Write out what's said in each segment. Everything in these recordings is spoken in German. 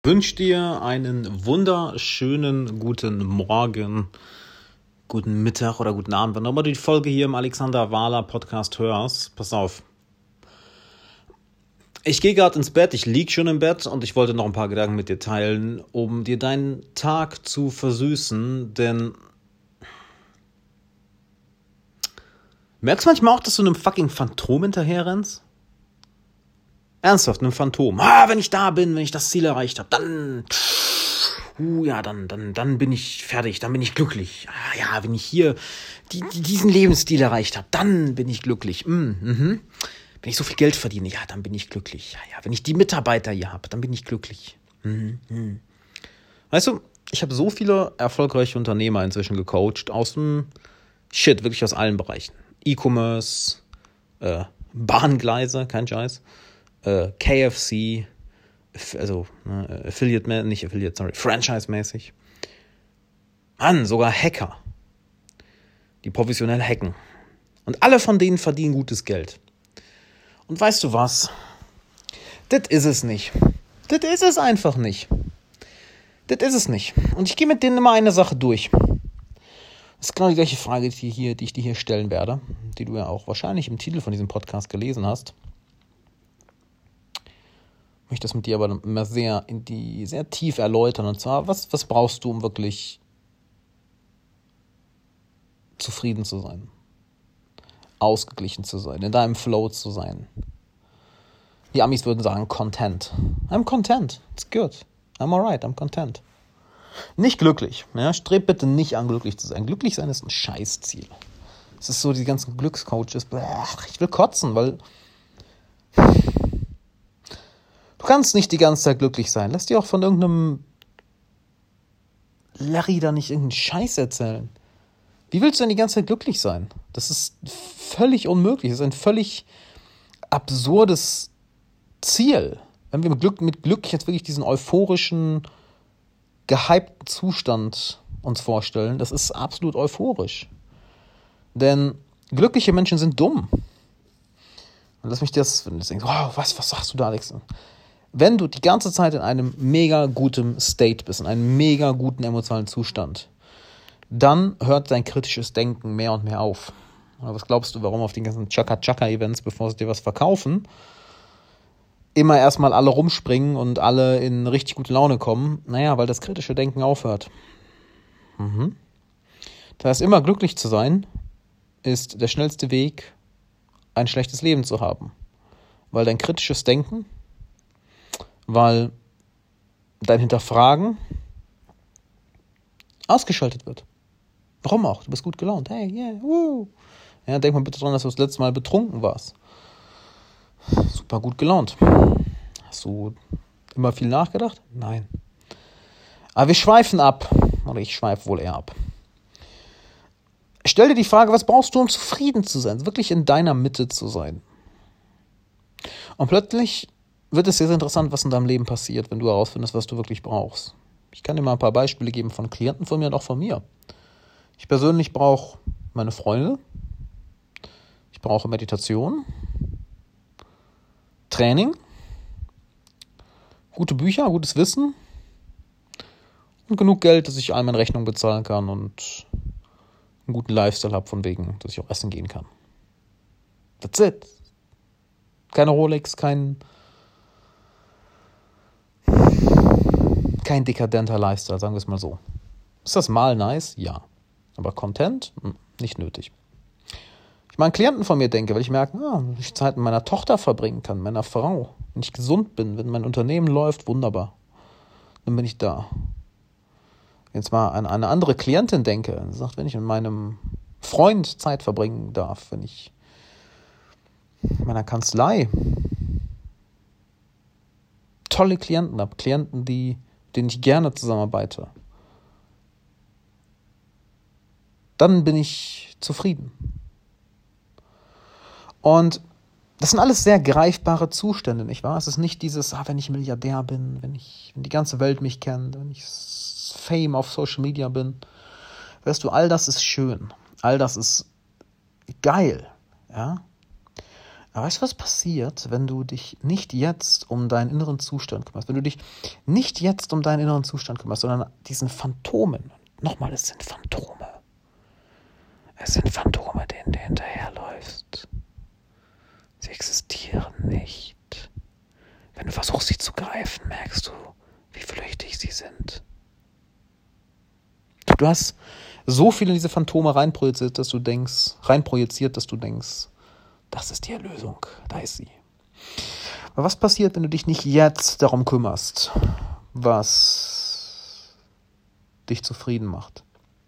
Wünsche dir einen wunderschönen guten Morgen, guten Mittag oder guten Abend, wenn du aber die Folge hier im Alexander Wahler Podcast hörst. Pass auf. Ich gehe gerade ins Bett, ich liege schon im Bett und ich wollte noch ein paar Gedanken mit dir teilen, um dir deinen Tag zu versüßen, denn merkst du manchmal auch, dass du einem fucking Phantom hinterherrennst? Ernsthaft, einem Phantom. Wenn ich da bin, wenn ich das Ziel erreicht habe, dann bin ich fertig, dann bin ich glücklich. Wenn ich hier diesen Lebensstil erreicht habe, dann bin ich glücklich. Wenn ich so viel Geld verdiene, dann bin ich glücklich. Wenn ich die Mitarbeiter hier habe, dann bin ich glücklich. Weißt du, ich habe so viele erfolgreiche Unternehmer inzwischen gecoacht, wirklich aus allen Bereichen. E-Commerce, Bahngleise, kein Scheiß, KFC, Franchise-mäßig. Mann, sogar Hacker, die professionell hacken. Und alle von denen verdienen gutes Geld. Und weißt du was? Das ist es nicht. Das ist es einfach nicht. Das ist es nicht. Und ich gehe mit denen immer eine Sache durch. Das ist genau die gleiche Frage, die ich dir hier stellen werde, die du ja auch wahrscheinlich im Titel von diesem Podcast gelesen hast. Ich möchte das mit dir aber immer sehr tief erläutern. Und zwar, was brauchst du, um wirklich zufrieden zu sein, ausgeglichen zu sein, in deinem Flow zu sein? Die Amis würden sagen content. I'm content. It's good. I'm alright. I'm content. Nicht glücklich. Ja? Streb bitte nicht an, glücklich zu sein. Glücklich sein ist ein Scheißziel. Es ist so, die ganzen Glückscoaches, ich will kotzen, weil du kannst nicht die ganze Zeit glücklich sein. Lass dir auch von irgendeinem Larry da nicht irgendeinen Scheiß erzählen. Wie willst du denn die ganze Zeit glücklich sein? Das ist völlig unmöglich. Das ist ein völlig absurdes Ziel. Wenn wir mit Glück jetzt wirklich diesen euphorischen, gehypten Zustand uns vorstellen, das ist absolut euphorisch. Denn glückliche Menschen sind dumm. Und lass mich wenn du denkst, was sagst du da, Alex? Wenn du die ganze Zeit in einem mega guten State bist, in einem mega guten emotionalen Zustand, dann hört dein kritisches Denken mehr und mehr auf. Aber was glaubst du, warum auf den ganzen Chaka-Chaka-Events, bevor sie dir was verkaufen, immer erstmal alle rumspringen und alle in richtig gute Laune kommen? Weil das kritische Denken aufhört. Das heißt, immer glücklich zu sein, ist der schnellste Weg, ein schlechtes Leben zu haben. Weil dein kritisches Denken, weil dein Hinterfragen ausgeschaltet wird. Warum auch? Du bist gut gelaunt. Hey, yeah, woo. Ja, denk mal bitte dran, dass du das letzte Mal betrunken warst. Super gut gelaunt. Hast du immer viel nachgedacht? Nein. Aber wir schweifen ab. Oder ich schweife wohl eher ab. Stell dir die Frage, was brauchst du, um zufrieden zu sein? Wirklich in deiner Mitte zu sein. Und plötzlich wird es sehr, sehr interessant, was in deinem Leben passiert, wenn du herausfindest, was du wirklich brauchst. Ich kann dir mal ein paar Beispiele geben von Klienten von mir und auch von mir. Ich persönlich brauche meine Freunde. Ich brauche Meditation, Training, gute Bücher, gutes Wissen und genug Geld, dass ich all meine Rechnungen bezahlen kann und einen guten Lifestyle habe, von wegen, dass ich auch essen gehen kann. That's it. Keine Rolex, kein dekadenter Lifestyle, sagen wir es mal so. Ist das mal nice? Ja. Aber Content? Nicht nötig. Ich meine, Klienten von mir denke, weil ich merke, wenn ich Zeit mit meiner Tochter verbringen kann, meiner Frau, wenn ich gesund bin, wenn mein Unternehmen läuft, wunderbar. Dann bin ich da. Jetzt mal an eine andere Klientin denke, die sagt, wenn ich mit meinem Freund Zeit verbringen darf, wenn ich in meiner Kanzlei tolle Klienten habe, denen ich gerne zusammenarbeite, dann bin ich zufrieden. Und das sind alles sehr greifbare Zustände, nicht wahr? Es ist nicht dieses, wenn ich Milliardär bin, wenn die ganze Welt mich kennt, wenn ich Fame auf Social Media bin. Weißt du, all das ist schön. All das ist geil. Ja? Aber weißt du, was passiert, wenn du dich nicht jetzt um deinen inneren Zustand kümmerst? Wenn du dich nicht jetzt um deinen inneren Zustand kümmerst, sondern diesen Phantomen. Nochmal, es sind Phantome. Es sind Phantome, denen du hinterherläufst. Sie existieren nicht. Wenn du versuchst, sie zu greifen, merkst du, wie flüchtig sie sind. Du hast so viel in diese Phantome reinprojiziert, dass du denkst, das ist die Erlösung, da ist sie. Aber was passiert, wenn du dich nicht jetzt darum kümmerst, was dich zufrieden macht?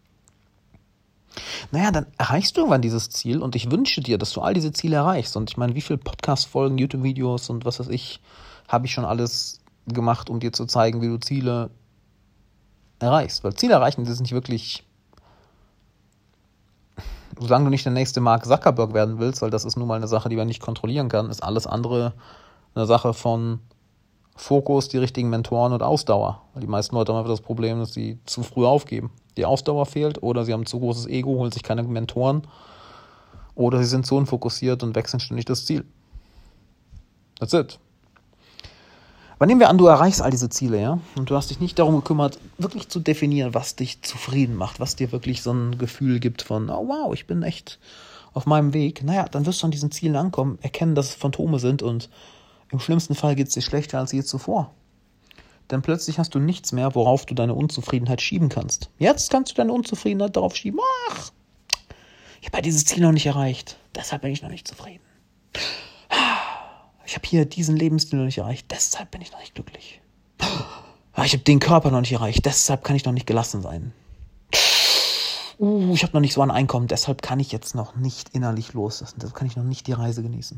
Naja, dann erreichst du irgendwann dieses Ziel und ich wünsche dir, dass du all diese Ziele erreichst. Und ich meine, wie viele Podcast-Folgen, YouTube-Videos und was weiß ich, habe ich schon alles gemacht, um dir zu zeigen, wie du Ziele erreichst. Weil Ziele erreichen, das ist nicht wirklich, solange du nicht der nächste Mark Zuckerberg werden willst, weil das ist nun mal eine Sache, die man nicht kontrollieren kann, ist alles andere eine Sache von Fokus, die richtigen Mentoren und Ausdauer. Weil die meisten Leute haben einfach das Problem, dass sie zu früh aufgeben. Die Ausdauer fehlt oder sie haben zu großes Ego, holen sich keine Mentoren oder sie sind zu unfokussiert und wechseln ständig das Ziel. That's it. Aber nehmen wir an, du erreichst all diese Ziele, ja, und du hast dich nicht darum gekümmert, wirklich zu definieren, was dich zufrieden macht, was dir wirklich so ein Gefühl gibt von, oh wow, ich bin echt auf meinem Weg. Naja, dann wirst du an diesen Zielen ankommen, erkennen, dass es Phantome sind und im schlimmsten Fall geht es dir schlechter als je zuvor. Denn plötzlich hast du nichts mehr, worauf du deine Unzufriedenheit schieben kannst. Jetzt kannst du deine Unzufriedenheit darauf schieben, ach, ich habe dieses Ziel noch nicht erreicht, deshalb bin ich noch nicht zufrieden. Ich habe hier diesen Lebensstil noch nicht erreicht, deshalb bin ich noch nicht glücklich. Ich habe den Körper noch nicht erreicht, deshalb kann ich noch nicht gelassen sein. Ich habe noch nicht so ein Einkommen, deshalb kann ich jetzt noch nicht innerlich loslassen, deshalb kann ich noch nicht die Reise genießen.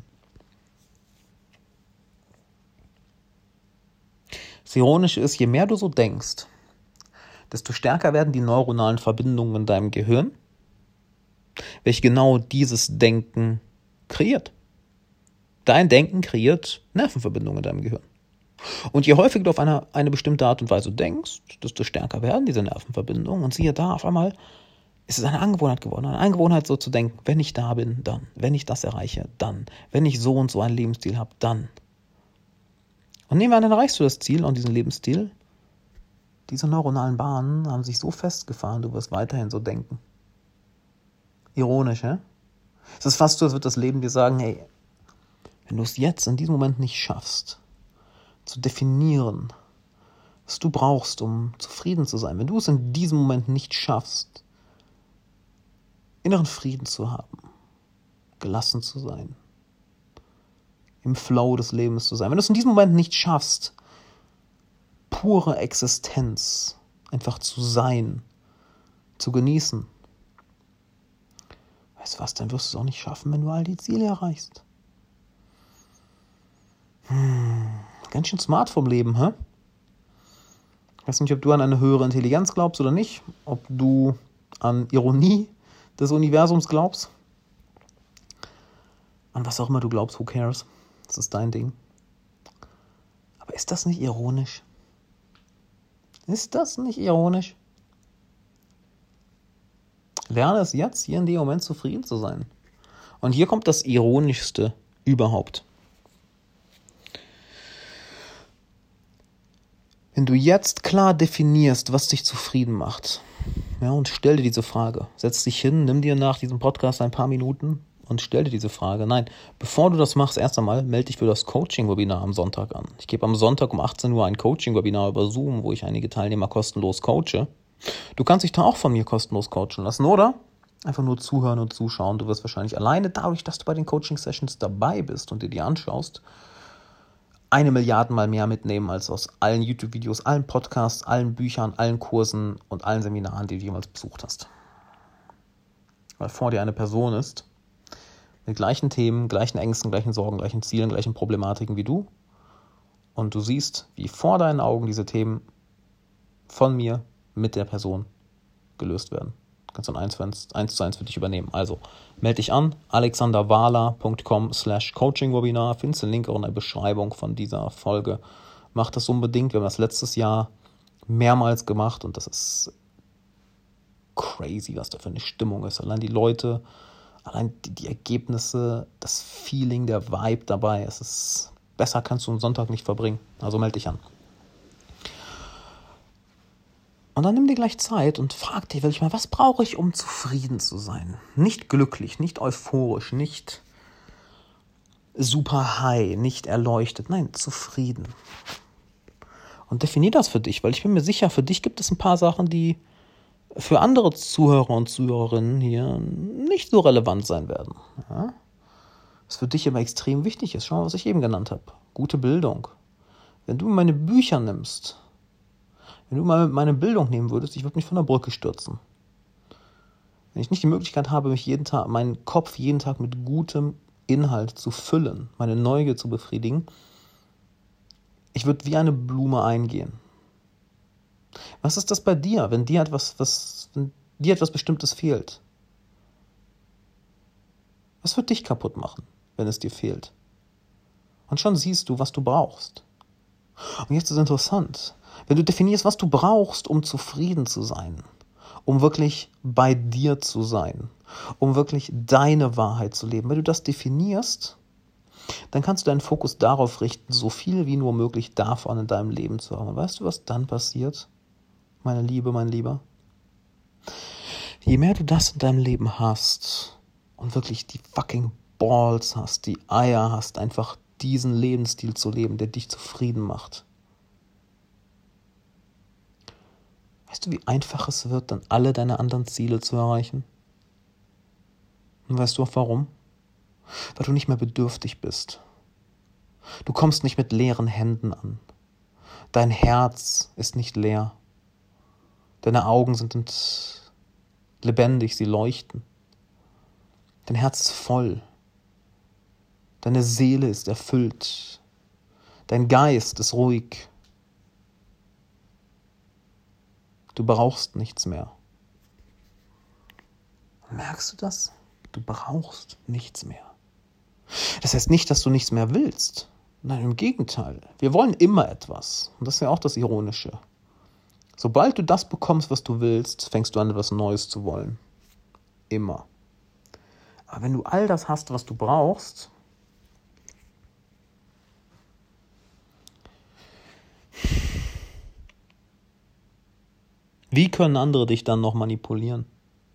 Das Ironische ist, je mehr du so denkst, desto stärker werden die neuronalen Verbindungen in deinem Gehirn, welche genau dieses Denken kreiert. Dein Denken kreiert Nervenverbindungen in deinem Gehirn. Und je häufiger du auf eine bestimmte Art und Weise denkst, desto stärker werden diese Nervenverbindungen. Und siehe da, auf einmal ist es eine Angewohnheit geworden. Eine Angewohnheit, so zu denken, wenn ich da bin, dann. Wenn ich das erreiche, dann. Wenn ich so und so einen Lebensstil habe, dann. Und nehmen wir an, dann erreichst du das Ziel und diesen Lebensstil. Diese neuronalen Bahnen haben sich so festgefahren, du wirst weiterhin so denken. Ironisch, hä? Es ist fast so, als würde das Leben dir sagen, hey, wenn du es jetzt in diesem Moment nicht schaffst, zu definieren, was du brauchst, um zufrieden zu sein, wenn du es in diesem Moment nicht schaffst, inneren Frieden zu haben, gelassen zu sein, im Flow des Lebens zu sein, wenn du es in diesem Moment nicht schaffst, pure Existenz, einfach zu sein, zu genießen, weißt du was, dann wirst du es auch nicht schaffen, wenn du all die Ziele erreichst. Ganz schön smart vom Leben, hä? Ich weiß nicht, ob du an eine höhere Intelligenz glaubst oder nicht, ob du an Ironie des Universums glaubst. An was auch immer du glaubst, who cares? Das ist dein Ding. Aber ist das nicht ironisch? Ist das nicht ironisch? Lerne es jetzt, hier in dem Moment zufrieden zu sein. Und hier kommt das Ironischste überhaupt. Wenn du jetzt klar definierst, was dich zufrieden macht, ja, und stell dir diese Frage, setz dich hin, nimm dir nach diesem Podcast ein paar Minuten und stell dir diese Frage. Nein, bevor du das machst, erst einmal melde dich für das Coaching-Webinar am Sonntag an. Ich gebe am Sonntag um 18 Uhr ein Coaching-Webinar über Zoom, wo ich einige Teilnehmer kostenlos coache. Du kannst dich da auch von mir kostenlos coachen lassen, oder? Einfach nur zuhören und zuschauen. Du wirst wahrscheinlich alleine dadurch, dass du bei den Coaching-Sessions dabei bist und dir die anschaust, 1 Milliarde Mal mehr mitnehmen als aus allen YouTube-Videos, allen Podcasts, allen Büchern, allen Kursen und allen Seminaren, die du jemals besucht hast. Weil vor dir eine Person ist, mit gleichen Themen, gleichen Ängsten, gleichen Sorgen, gleichen Zielen, gleichen Problematiken wie du. Und du siehst, wie vor deinen Augen diese Themen von mir mit der Person gelöst werden. Du kannst dann 1:1 für dich übernehmen. Also melde dich an, alexanderwahler.com/coaching-webinar. Findest den Link auch in der Beschreibung von dieser Folge. Mach das unbedingt. Wir haben das letztes Jahr mehrmals gemacht und das ist crazy, was da für eine Stimmung ist. Allein die Leute Allein die Ergebnisse, das Feeling, der Vibe dabei, es ist besser kannst du einen Sonntag nicht verbringen. Also melde dich an. Und dann nimm dir gleich Zeit und frag dich wirklich mal, was brauche ich, um zufrieden zu sein? Nicht glücklich, nicht euphorisch, nicht super high, nicht erleuchtet. Nein, zufrieden. Und definier das für dich, weil ich bin mir sicher, für dich gibt es ein paar Sachen, die für andere Zuhörer und Zuhörerinnen hier nicht so relevant sein werden. Ja? Was für dich aber extrem wichtig ist. Schau mal, was ich eben genannt habe. Gute Bildung. Wenn du meine Bücher nimmst, wenn du mal meine Bildung nehmen würdest, ich würde mich von der Brücke stürzen. Wenn ich nicht die Möglichkeit habe, meinen Kopf jeden Tag mit gutem Inhalt zu füllen, meine Neugier zu befriedigen, ich würde wie eine Blume eingehen. Was ist das bei dir, wenn dir etwas Bestimmtes fehlt? Was wird dich kaputt machen, wenn es dir fehlt? Und schon siehst du, was du brauchst. Und jetzt ist es interessant, wenn du definierst, was du brauchst, um zufrieden zu sein, um wirklich bei dir zu sein, um wirklich deine Wahrheit zu leben. Wenn du das definierst, dann kannst du deinen Fokus darauf richten, so viel wie nur möglich davon in deinem Leben zu haben. Und weißt du, was dann passiert, meine Liebe, mein Lieber? Je mehr du das in deinem Leben hast und wirklich die fucking Balls hast, die Eier hast, einfach diesen Lebensstil zu leben, der dich zufrieden macht. Weißt du, wie einfach es wird, dann alle deine anderen Ziele zu erreichen? Und weißt du auch warum? Weil du nicht mehr bedürftig bist. Du kommst nicht mit leeren Händen an. Dein Herz ist nicht leer. Deine Augen sind lebendig, sie leuchten. Dein Herz ist voll. Deine Seele ist erfüllt. Dein Geist ist ruhig. Du brauchst nichts mehr. Merkst du das? Du brauchst nichts mehr. Das heißt nicht, dass du nichts mehr willst. Nein, im Gegenteil. Wir wollen immer etwas. Und das ist ja auch das Ironische. Sobald du das bekommst, was du willst, fängst du an, etwas Neues zu wollen. Immer. Aber wenn du all das hast, was du brauchst, wie können andere dich dann noch manipulieren?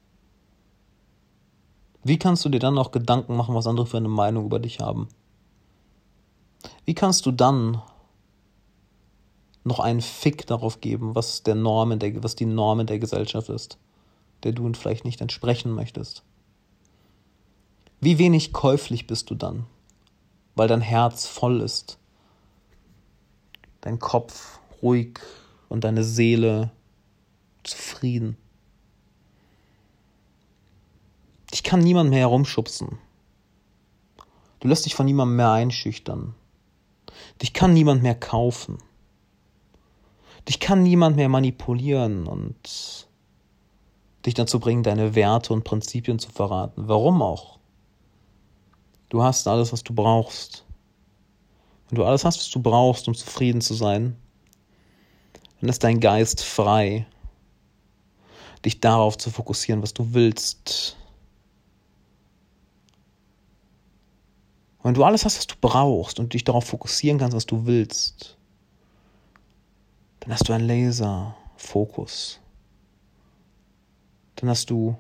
Wie kannst du dir dann noch Gedanken machen, was andere für eine Meinung über dich haben? Wie kannst du dann noch einen Fick darauf geben, was die Norm in der Gesellschaft ist, der du vielleicht nicht entsprechen möchtest? Wie wenig käuflich bist du dann, weil dein Herz voll ist, dein Kopf ruhig und deine Seele zufrieden? Dich kann niemand mehr herumschubsen. Du lässt dich von niemandem mehr einschüchtern. Dich kann niemand mehr kaufen. Dich kann niemand mehr manipulieren und dich dazu bringen, deine Werte und Prinzipien zu verraten. Warum auch? Du hast alles, was du brauchst. Wenn du alles hast, was du brauchst, um zufrieden zu sein, dann ist dein Geist frei, dich darauf zu fokussieren, was du willst. Und wenn du alles hast, was du brauchst und dich darauf fokussieren kannst, was du willst, dann hast du einen Laserfokus. Dann hast du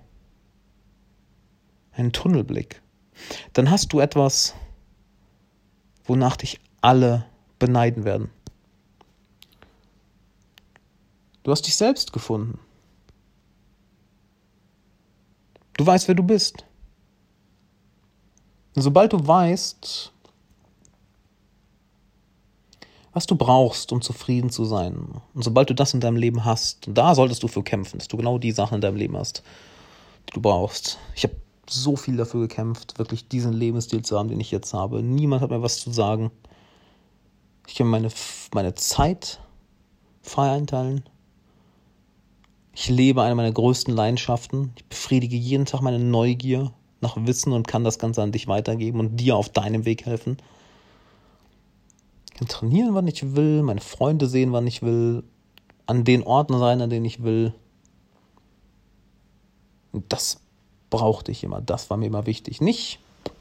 einen Tunnelblick. Dann hast du etwas, wonach dich alle beneiden werden. Du hast dich selbst gefunden. Du weißt, wer du bist. Und sobald du weißt, was du brauchst, um zufrieden zu sein, und sobald du das in deinem Leben hast, und da solltest du für kämpfen, dass du genau die Sachen in deinem Leben hast, die du brauchst. Ich habe so viel dafür gekämpft, wirklich diesen Lebensstil zu haben, den ich jetzt habe. Niemand hat mir was zu sagen. Ich kann meine Zeit frei einteilen. Ich lebe eine meiner größten Leidenschaften. Ich befriedige jeden Tag meine Neugier nach Wissen und kann das Ganze an dich weitergeben und dir auf deinem Weg helfen. Ich kann trainieren, wann ich will, meine Freunde sehen, wann ich will, an den Orten sein, an denen ich will. Und das brauchte ich immer. Das war mir immer wichtig. Nicht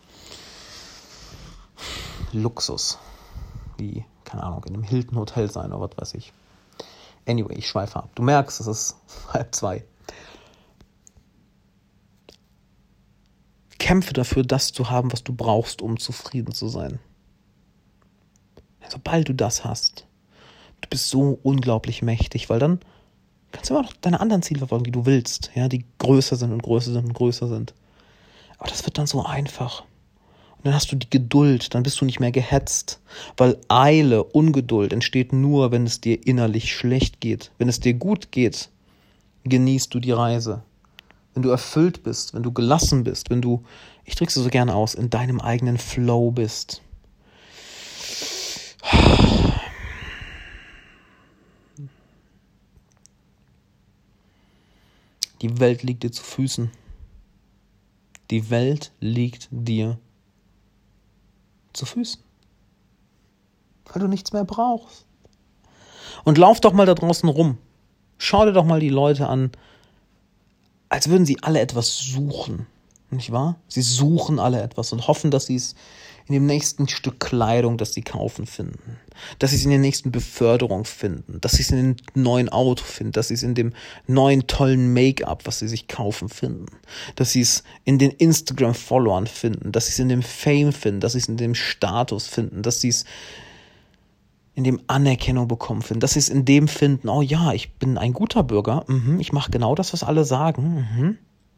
Luxus, wie, keine Ahnung, in einem Hilton Hotel sein oder was weiß ich. Anyway, ich schweife ab. Du merkst, es ist 1:30. Kämpfe dafür, das zu haben, was du brauchst, um zufrieden zu sein. Sobald du das hast, du bist so unglaublich mächtig, weil dann kannst du immer noch deine anderen Ziele verfolgen, die du willst, ja, die größer sind und größer sind und größer sind. Aber das wird dann so einfach. Und dann hast du die Geduld, dann bist du nicht mehr gehetzt, weil Eile, Ungeduld entsteht nur, wenn es dir innerlich schlecht geht. Wenn es dir gut geht, genießt du die Reise. Wenn du erfüllt bist, wenn du gelassen bist, wenn du, ich drücke es so gerne aus, in deinem eigenen Flow bist. Die Welt liegt dir zu Füßen. Die Welt liegt dir zu Füßen. Weil du nichts mehr brauchst. Und lauf doch mal da draußen rum. Schau dir doch mal die Leute an, als würden sie alle etwas suchen. Nicht wahr? Sie suchen alle etwas und hoffen, dass sie es in dem nächsten Stück Kleidung, das sie kaufen, finden. Dass sie es in der nächsten Beförderung finden. Dass sie es in dem neuen Auto finden. Dass sie es in dem neuen tollen Make-up, was sie sich kaufen, finden. Dass sie es in den Instagram-Followern finden. Dass sie es in dem Fame finden. Dass sie es in dem Status finden. Dass sie es in dem Anerkennung bekommen finden. Dass sie es in dem finden, oh ja, ich bin ein guter Bürger. Ich mache genau das, was alle sagen.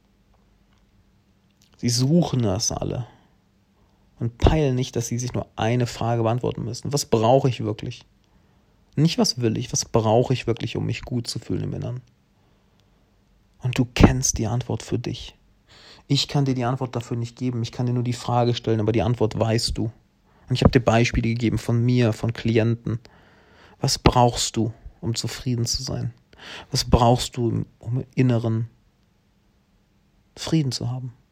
Sie suchen das alle. Und peilen nicht, dass sie sich nur eine Frage beantworten müssen. Was brauche ich wirklich? Nicht, was will ich, was brauche ich wirklich, um mich gut zu fühlen im Inneren? Und du kennst die Antwort für dich. Ich kann dir die Antwort dafür nicht geben. Ich kann dir nur die Frage stellen, aber die Antwort weißt du. Und ich habe dir Beispiele gegeben von mir, von Klienten. Was brauchst du, um zufrieden zu sein? Was brauchst du, um im Inneren Frieden zu haben?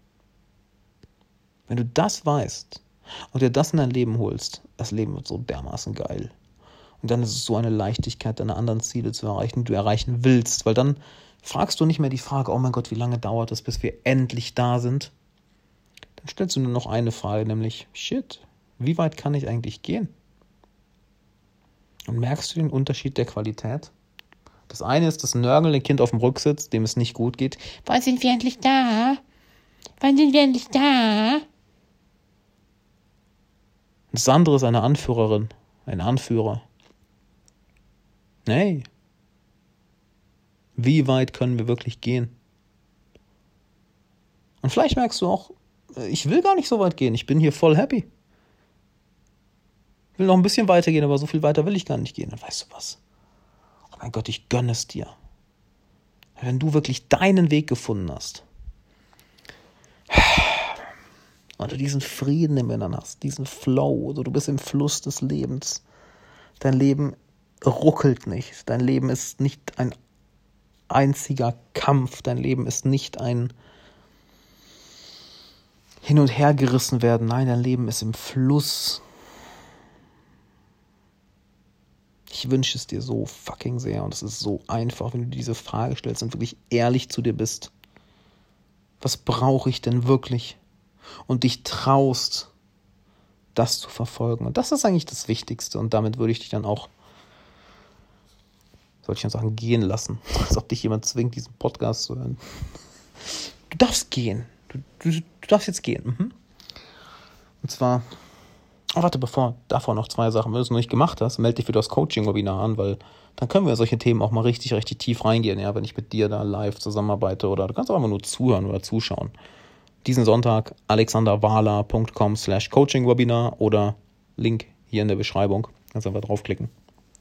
Wenn du das weißt und dir das in dein Leben holst, das Leben wird so dermaßen geil. Und dann ist es so eine Leichtigkeit, deine anderen Ziele zu erreichen, die du erreichen willst. Weil dann fragst du nicht mehr die Frage, oh mein Gott, wie lange dauert es, bis wir endlich da sind? Dann stellst du nur noch eine Frage, nämlich, shit, wie weit kann ich eigentlich gehen? Und merkst du den Unterschied der Qualität? Das eine ist das nörgelnde Kind auf dem Rücksitz, dem es nicht gut geht. Wann sind wir endlich da? Wann sind wir endlich da? Das andere ist eine Anführerin, ein Anführer. Hey, wie weit können wir wirklich gehen? Und vielleicht merkst du auch, ich will gar nicht so weit gehen, ich bin hier voll happy. Ich will noch ein bisschen weiter gehen, aber so viel weiter will ich gar nicht gehen. Dann weißt du was? Oh mein Gott, ich gönne es dir. Wenn du wirklich deinen Weg gefunden hast und du diesen Frieden im Inneren hast, diesen Flow, also du bist im Fluss des Lebens. Dein Leben ruckelt nicht. Dein Leben ist nicht ein einziger Kampf. Dein Leben ist nicht ein Hin- und Hergerissen werden. Nein, dein Leben ist im Fluss. Ich wünsche es dir so fucking sehr und es ist so einfach, wenn du diese Frage stellst und wirklich ehrlich zu dir bist. Was brauche ich denn wirklich? Und dich traust, das zu verfolgen. Und das ist eigentlich das Wichtigste. Und damit würde ich dich dann auch, sollte ich dann sagen, gehen lassen. Als ob dich jemand zwingt, diesen Podcast zu hören. Du darfst gehen. Du darfst jetzt gehen. Und zwar, davor noch 2 Sachen. Wenn du es noch nicht gemacht hast, melde dich für das Coaching-Webinar an, weil dann können wir in solche Themen auch mal richtig, richtig tief reingehen. Ja, wenn ich mit dir da live zusammenarbeite oder du kannst auch einfach nur zuhören oder zuschauen. Diesen Sonntag alexanderwahler.com/Coaching-Webinar oder Link hier in der Beschreibung. Kannst einfach draufklicken.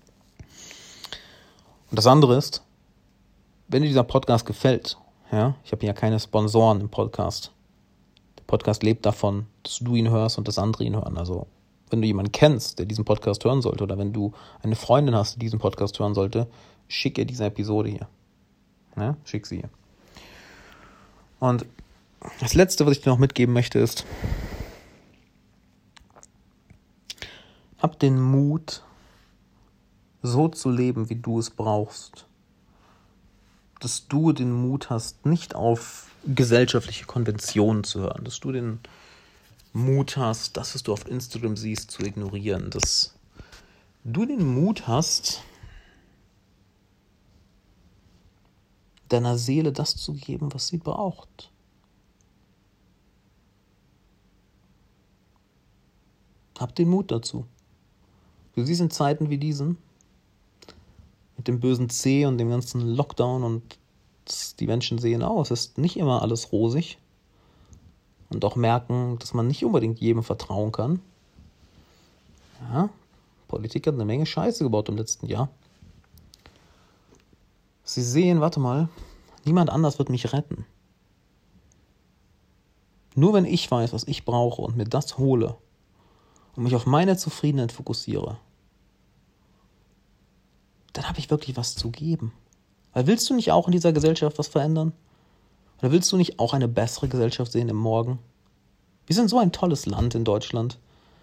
Und das andere ist, wenn dir dieser Podcast gefällt, ja, ich habe ja keine Sponsoren im Podcast. Der Podcast lebt davon, dass du ihn hörst und dass andere ihn hören. Also wenn du jemanden kennst, der diesen Podcast hören sollte oder wenn du eine Freundin hast, die diesen Podcast hören sollte, schick ihr diese Episode hier. Ja, schick sie hier. Und das Letzte, was ich dir noch mitgeben möchte, ist, hab den Mut, so zu leben, wie du es brauchst. dass du den Mut hast, nicht auf gesellschaftliche Konventionen zu hören, dass du den Mut hast, das, was du auf Instagram siehst, zu ignorieren, dass du den Mut hast, deiner Seele das zu geben, was sie braucht. Hab den Mut dazu. Du siehst in Zeiten wie diesen, mit dem bösen C und dem ganzen Lockdown und die Menschen sehen, es ist nicht immer alles rosig und auch merken, dass man nicht unbedingt jedem vertrauen kann. Ja, Politik hat eine Menge Scheiße gebaut im letzten Jahr. Sie sehen, warte mal, niemand anders wird mich retten. Nur wenn ich weiß, was ich brauche und mir das hole und mich auf meine Zufriedenheit fokussiere, dann habe ich wirklich was zu geben. Weil willst du nicht auch in dieser Gesellschaft was verändern? Oder willst du nicht auch eine bessere Gesellschaft sehen im Morgen? Wir sind so ein tolles Land in Deutschland.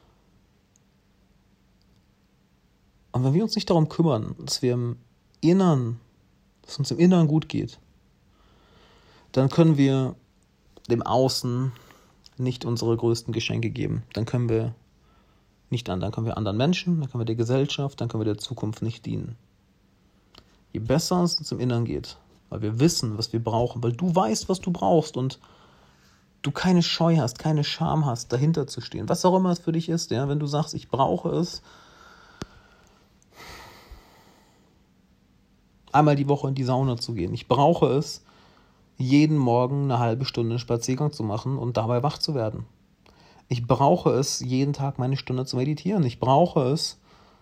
Und wenn wir uns nicht darum kümmern, dass wir dass uns im Inneren gut geht, dann können wir dem Außen nicht unsere größten Geschenke geben. Dann können wir anderen Menschen, dann können wir der Gesellschaft, dann können wir der Zukunft nicht dienen. Je besser es uns im Inneren geht, weil wir wissen, was wir brauchen, weil du weißt, was du brauchst und du keine Scheu hast, keine Scham hast, dahinter zu stehen. Was auch immer es für dich ist, ja, wenn du sagst, ich brauche es, einmal die Woche in die Sauna zu gehen. Ich brauche es, jeden Morgen eine halbe Stunde Spaziergang zu machen und dabei wach zu werden. Ich brauche es, jeden Tag meine Stunde zu meditieren. Ich brauche es,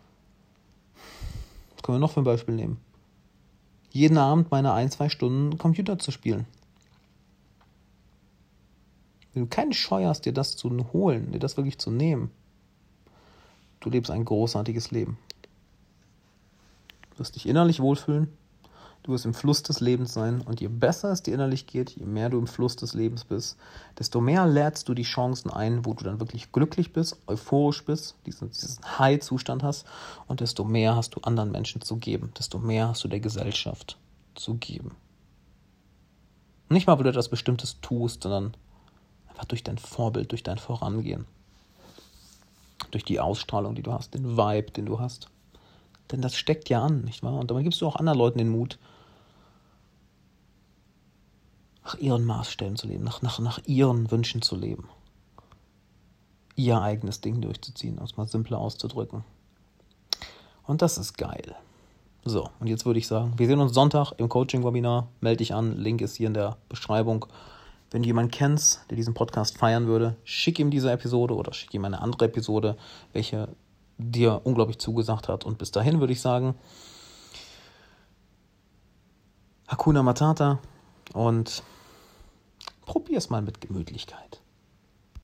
was können wir noch für ein Beispiel nehmen? Jeden Abend meine 1-2 Stunden Computer zu spielen. Wenn du keine Scheu hast, dir das zu holen, dir das wirklich zu nehmen, du lebst ein großartiges Leben. Du wirst dich innerlich wohlfühlen, du wirst im Fluss des Lebens sein und je besser es dir innerlich geht, je mehr du im Fluss des Lebens bist, desto mehr lädst du die Chancen ein, wo du dann wirklich glücklich bist, euphorisch bist, diesen High-Zustand hast und desto mehr hast du anderen Menschen zu geben, desto mehr hast du der Gesellschaft zu geben. Nicht mal, weil du etwas Bestimmtes tust, sondern einfach durch dein Vorbild, durch dein Vorangehen, durch die Ausstrahlung, die du hast, den Vibe, den du hast. Denn das steckt ja an, nicht wahr? Und damit gibst du auch anderen Leuten den Mut, nach ihren Maßstäben zu leben, nach ihren Wünschen zu leben. Ihr eigenes Ding durchzuziehen, um es mal simpler auszudrücken. Und das ist geil. So, und jetzt würde ich sagen, wir sehen uns Sonntag im Coaching-Webinar. Melde dich an, Link ist hier in der Beschreibung. Wenn du jemanden kennst, der diesen Podcast feiern würde, schick ihm diese Episode oder schick ihm eine andere Episode, welche dir unglaublich zugesagt hat. Und bis dahin würde ich sagen, Hakuna Matata und probier's mal mit Gemütlichkeit.